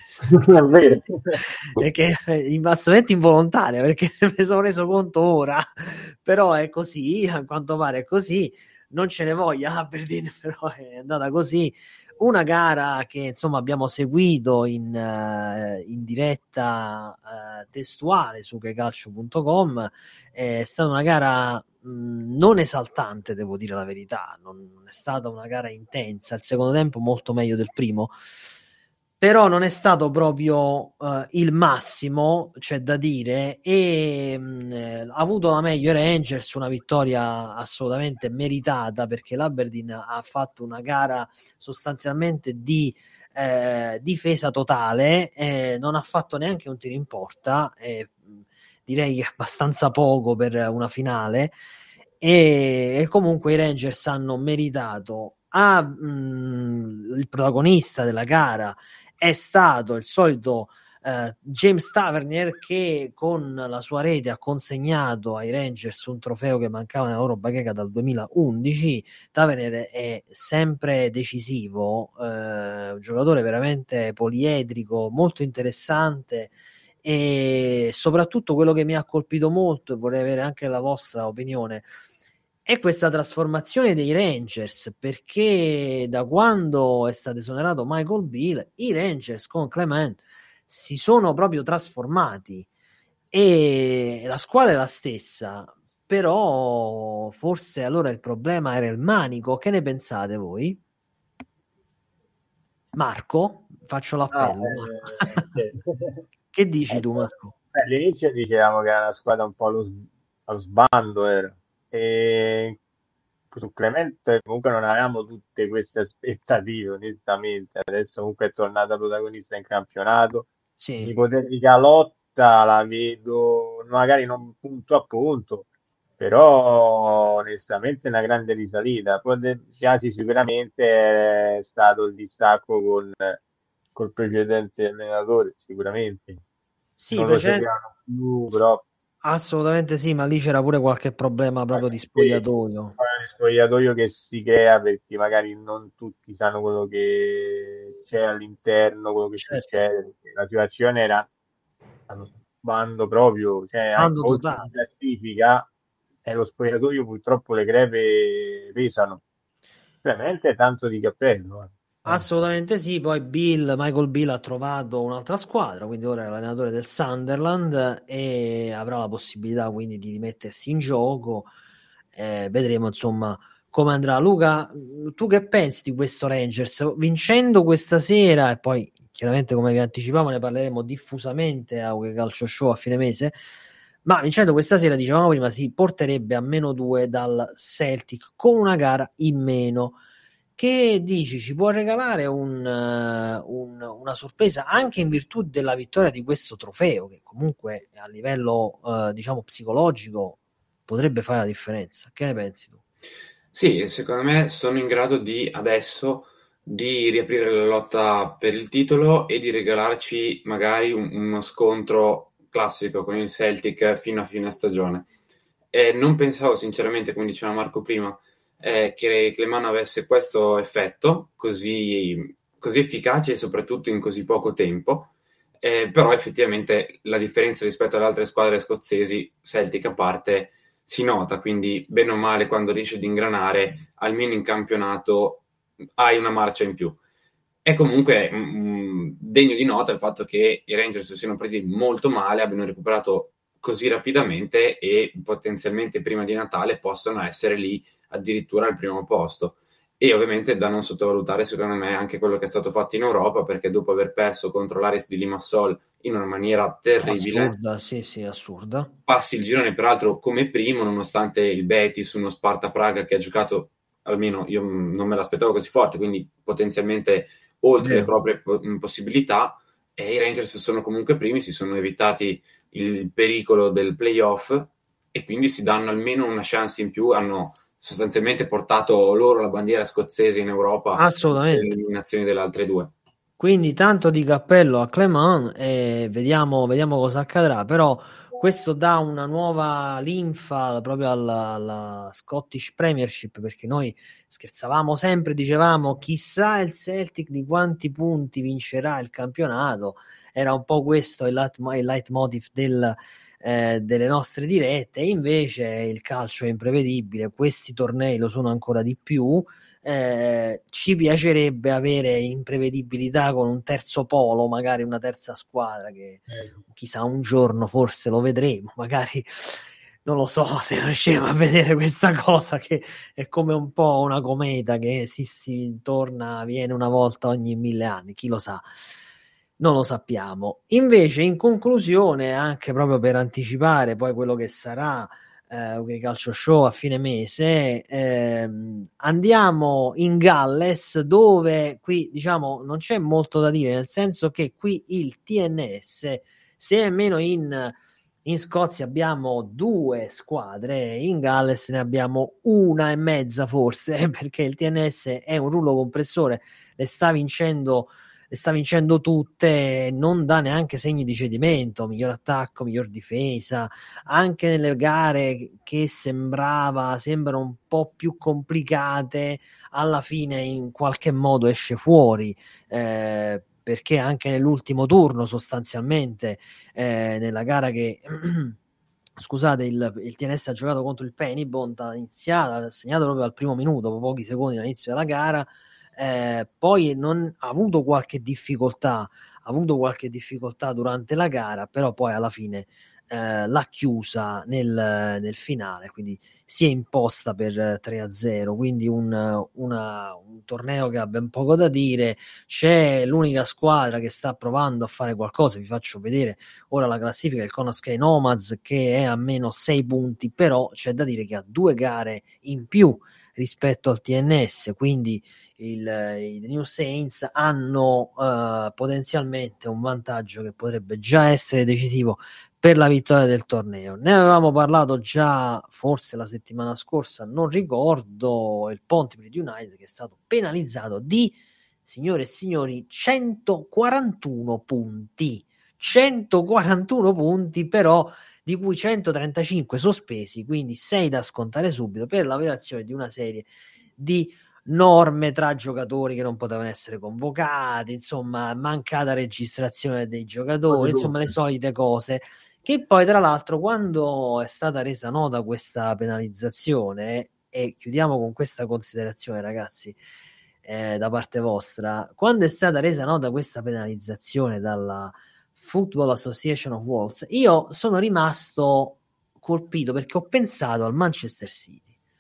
è che è assolutamente involontaria, perché me ne sono reso conto ora, però è così, a quanto pare è così, non ce ne voglia l'Aberdeen, però è andata così. Una gara che insomma abbiamo seguito in, uh, in diretta uh, testuale su ukcalcio punto com. È stata una gara mh, non esaltante, devo dire la verità, non, non è stata una gara intensa, il secondo tempo molto meglio del primo, però non è stato proprio uh, il massimo, c'è da dire, e mh, ha avuto la meglio i Rangers, una vittoria assolutamente meritata, perché l'Aberdeen ha fatto una gara sostanzialmente di eh, difesa totale, eh, non ha fatto neanche un tiro in porta, eh, direi che è abbastanza poco per una finale, e, e comunque i Rangers hanno meritato. Ah, mh, il protagonista della gara è stato il solito uh, James Tavernier, che con la sua rete ha consegnato ai Rangers un trofeo che mancava nella loro bacheca dal duemilaundici. Tavernier è sempre decisivo, uh, un giocatore veramente poliedrico, molto interessante, e soprattutto quello che mi ha colpito molto, e vorrei avere anche la vostra opinione, è questa trasformazione dei Rangers, perché da quando è stato esonerato Michael Beale, i Rangers con Clement si sono proprio trasformati, e la squadra è la stessa, però forse allora il problema era il manico. Che ne pensate voi? Marco, faccio l'appello. Ah, eh, sì. Che dici Eh, tu, Marco? beh, all'inizio dicevamo che era una squadra un po' allo, s- allo sbando, era. E su Clemente comunque non avevamo tutte queste aspettative, onestamente. Adesso comunque è tornata protagonista in campionato. Sì. Un'ipotetica lotta la vedo, magari non punto a punto, però onestamente una grande risalita. Potenziasi sicuramente è stato il distacco con col precedente allenatore, sicuramente. Sì, Non lo precedente... seguiamo più, però assolutamente sì, ma lì c'era pure qualche problema proprio di sì, spogliatoio. il spogliatoio che si crea perché magari non tutti sanno quello che c'è all'interno, quello che Certo, succede, perché la situazione era allo sbando proprio, cioè anche bando oltre in totale. classifica, e lo spogliatoio purtroppo le crepe pesano. Veramente tanto di cappello. eh. Tanto. Assolutamente sì, poi Bill, Michael Bill ha trovato un'altra squadra, quindi ora è l'allenatore del Sunderland e avrà la possibilità quindi di rimettersi in gioco. Eh, vedremo insomma come andrà. Luca, tu che pensi di questo Rangers? Vincendo questa sera, e poi chiaramente come vi anticipavo ne parleremo diffusamente a Uke Calcio Show a fine mese, ma vincendo questa sera, dicevamo prima, si porterebbe a meno due dal Celtic con una gara in meno. Che dici, ci può regalare un, uh, un, una sorpresa anche in virtù della vittoria di questo trofeo, che comunque a livello uh, diciamo psicologico potrebbe fare la differenza? Che ne pensi tu? Sì, secondo me sono in grado di adesso di riaprire la lotta per il titolo e di regalarci magari un, uno scontro classico con il Celtic fino a fine stagione. E non pensavo sinceramente, come diceva Marco prima, eh, che Cleman avesse questo effetto così, così efficace e soprattutto in così poco tempo, eh, però effettivamente la differenza rispetto alle altre squadre scozzesi, Celtic a parte, si nota, quindi bene o male quando riesci ad ingranare, almeno in campionato hai una marcia in più. È comunque mh, degno di nota il fatto che i Rangers siano partiti molto male, abbiano recuperato così rapidamente e potenzialmente prima di Natale possano essere lì addirittura al primo posto. E ovviamente da non sottovalutare secondo me anche quello che è stato fatto in Europa, perché dopo aver perso contro l'Aris di Limassol in una maniera terribile, Assurda, sì sì, assurda. passi il girone peraltro come primo, nonostante il Betis, uno Sparta Praga che ha giocato, almeno io non me l'aspettavo così forte, quindi potenzialmente oltre Vero. le proprie possibilità, e i Rangers sono comunque primi, si sono evitati il pericolo del playoff e quindi si danno almeno una chance in più, hanno sostanzialmente portato loro la bandiera scozzese in Europa Assolutamente. le eliminazioni delle altre due. Quindi tanto di cappello a Clement e vediamo, vediamo cosa accadrà, però questo dà una nuova linfa proprio alla, alla Scottish Premiership, perché noi scherzavamo sempre, dicevamo chissà il Celtic di quanti punti vincerà il campionato, era un po' questo il, il leitmotiv del, eh, delle nostre dirette, e invece il calcio è imprevedibile, questi tornei lo sono ancora di più. Eh, ci piacerebbe avere imprevedibilità con un terzo polo, magari una terza squadra che chissà un giorno forse lo vedremo, magari non lo so se riusciremo a vedere questa cosa che è come un po' una cometa che si, si torna, viene una volta ogni mille anni, chi lo sa, non lo sappiamo. Invece in conclusione, anche proprio per anticipare poi quello che sarà Uh, Calcio Show a fine mese, ehm, andiamo in Galles, dove qui diciamo non c'è molto da dire, nel senso che qui il T N S, se è meno in In Scozia abbiamo due squadre, in Galles ne abbiamo una e mezza forse, perché il T N S è un rullo compressore, le sta vincendo, le sta vincendo tutte, non dà neanche segni di cedimento, miglior attacco, miglior difesa, anche nelle gare che sembrava, sembrano un po' più complicate, alla fine in qualche modo esce fuori, eh, perché anche nell'ultimo turno sostanzialmente eh, nella gara che scusate il, il T N S ha giocato contro il Penibont, ha iniziato, ha segnato proprio al primo minuto, pochi secondi all'inizio della gara, eh, poi non ha avuto qualche difficoltà ha avuto qualche difficoltà durante la gara, però poi alla fine eh, l'ha chiusa nel, nel finale, quindi si è imposta per tre a zero, quindi un, una, un torneo che ha ben poco da dire. C'è l'unica squadra che sta provando a fare qualcosa, vi faccio vedere ora la classifica, il Connacht Sky Nomads, che è a meno sei punti, però c'è da dire che ha due gare in più rispetto al T N S, quindi il, i New Saints hanno uh, potenzialmente un vantaggio che potrebbe già essere decisivo per la vittoria del torneo. Ne avevamo parlato già forse la settimana scorsa, non ricordo, il Pontypridd United che è stato penalizzato di, signore e signori, centoquarantuno punti centoquarantuno punti, però di cui centotrentacinque sospesi, quindi sei da scontare subito per la violazione di una serie di norme tra giocatori che non potevano essere convocati, insomma mancata registrazione dei giocatori, insomma le solite cose che poi tra l'altro quando è stata resa nota questa penalizzazione, e chiudiamo con questa considerazione ragazzi eh, da parte vostra, quando è stata resa nota questa penalizzazione dalla Football Association of Wales, io sono rimasto colpito perché ho pensato al Manchester City,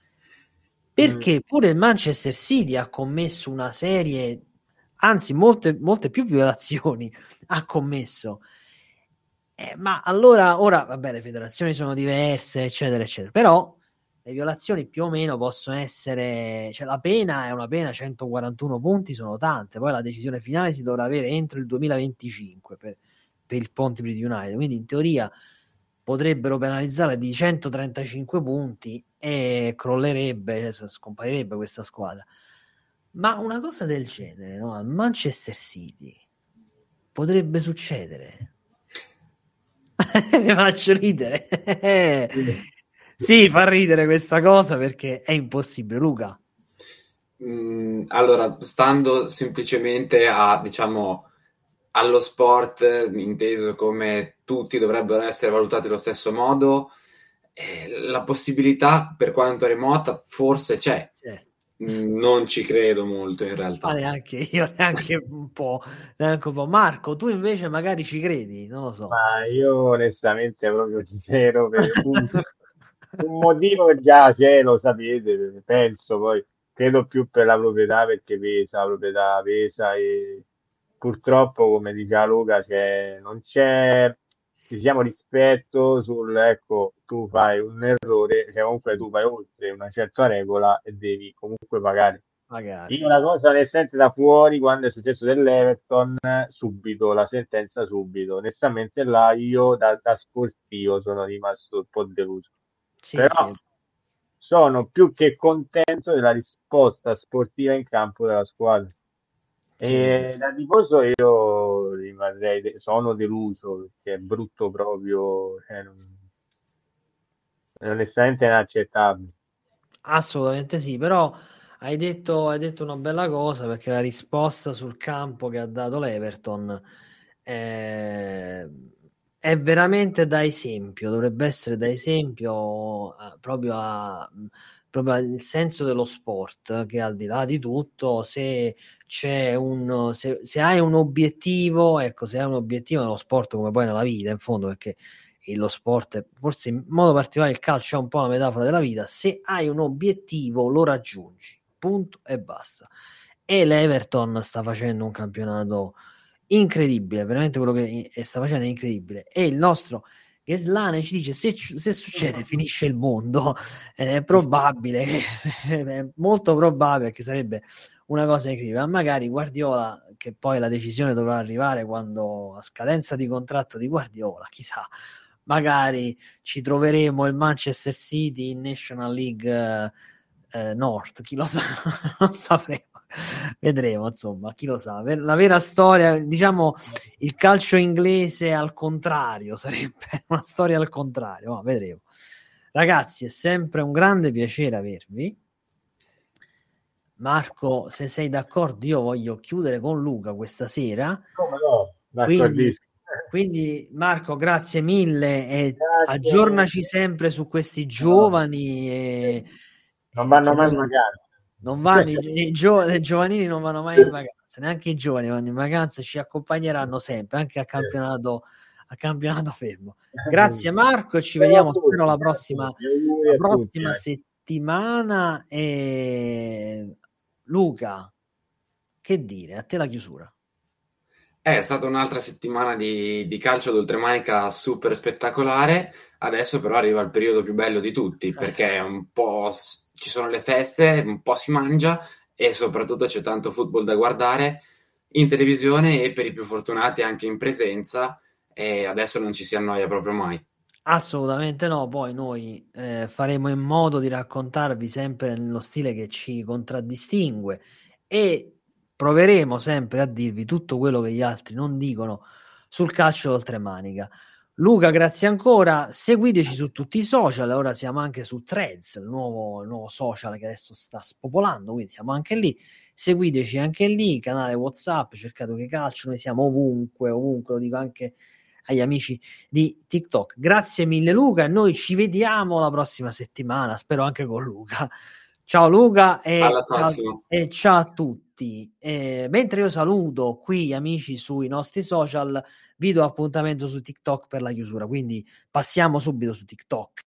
perché pure il Manchester City ha commesso una serie, anzi molte, molte più violazioni ha commesso, eh, ma allora ora vabbè le federazioni sono diverse eccetera eccetera, però le violazioni più o meno possono essere, cioè la pena è una pena, centoquarantuno punti sono tante, poi la decisione finale si dovrà avere entro il duemilaventicinque per, per il Pontypridd United, quindi in teoria potrebbero penalizzare di centotrentacinque punti e crollerebbe, scomparirebbe questa squadra. Ma una cosa del genere, no? Al Manchester City potrebbe succedere. Mi faccio ridere. Sì, fa ridere questa cosa perché è impossibile, Luca. Mm, allora, stando semplicemente a, diciamo, allo sport, inteso come tutti dovrebbero essere valutati allo stesso modo, eh, la possibilità, per quanto remota, forse c'è. Eh. Non ci credo molto in realtà. Ma neanche io, neanche un po', neanche un po'. Marco, tu invece magari ci credi, non lo so. Ma io onestamente proprio zero, per un, un motivo già c'è, lo sapete, penso poi, credo più per la proprietà, perché pesa, la proprietà pesa e purtroppo, come diceva Luca, c'è, non c'è, diciamo, rispetto sul, ecco, tu fai un errore, cioè comunque tu vai oltre una certa regola e devi comunque pagare. Magari. Io una cosa onestamente da fuori, quando è successo dell'Everton, subito, la sentenza subito, onestamente là io da, da sportivo sono rimasto un po' deluso. Sì, Però sì. sono più che contento della risposta sportiva in campo della squadra. Sì, E sì. da tifoso io rimarrei, de- sono deluso perché è brutto proprio, cioè, non, è onestamente inaccettabile. Assolutamente sì, però hai detto, hai detto una bella cosa perché la risposta sul campo che ha dato l'Everton eh, è veramente da esempio, dovrebbe essere da esempio eh, proprio, a, proprio al senso dello sport, che al di là di tutto, se c'è un se, se hai un obiettivo, ecco, se hai un obiettivo nello sport come poi nella vita, in fondo, perché lo sport, forse in modo particolare il calcio è un po' la metafora della vita, se hai un obiettivo lo raggiungi, punto e basta. E l'Everton sta facendo un campionato incredibile, veramente quello che sta facendo è incredibile, e il nostro Gheslane ci dice se, se succede finisce il mondo, è probabile, è molto probabile, che sarebbe una cosa incredibile, ma magari Guardiola, che poi la decisione dovrà arrivare quando a scadenza di contratto di Guardiola, chissà, magari ci troveremo il Manchester City in National League eh, eh, North, chi lo sa, non sapremo, vedremo, insomma, chi lo sa. La vera storia, diciamo, il calcio inglese al contrario, sarebbe una storia al contrario, ma vedremo. Ragazzi, è sempre un grande piacere avervi. Marco, se sei d'accordo, io voglio chiudere con Luca questa sera. Come no? Quindi, quindi Marco, grazie mille e grazie. Aggiornaci sempre su questi giovani. E, non vanno mai in vacanza. Non vanno, i, i, gio, i giovanili non vanno mai in vacanza, neanche i giovani vanno in vacanza, ci accompagneranno sempre, anche a campionato, a campionato fermo. Grazie Marco e ci vediamo spero la prossima, la prossima settimana. E Luca, che dire, a te la chiusura. È stata un'altra settimana di, di calcio d'oltremanica super spettacolare. Adesso però arriva il periodo più bello di tutti, perché un po' ci sono le feste, un po' si mangia e soprattutto c'è tanto football da guardare in televisione e per i più fortunati anche in presenza, e adesso non ci si annoia proprio mai. Assolutamente no, poi noi eh, faremo in modo di raccontarvi sempre nello stile che ci contraddistingue e proveremo sempre a dirvi tutto quello che gli altri non dicono sul calcio d'oltremanica. Luca, grazie ancora, seguiteci su tutti i social, ora siamo anche su Threads, il nuovo, il nuovo social che adesso sta spopolando, quindi siamo anche lì, seguiteci anche lì, canale WhatsApp, cercate che calcio, noi siamo ovunque, ovunque, lo dico anche agli amici di TikTok. Grazie mille Luca, noi ci vediamo la prossima settimana, spero anche con Luca. Ciao Luca e, ciao, e ciao a tutti. E, mentre io saluto qui amici sui nostri social, vi do appuntamento su TikTok per la chiusura, quindi passiamo subito su TikTok.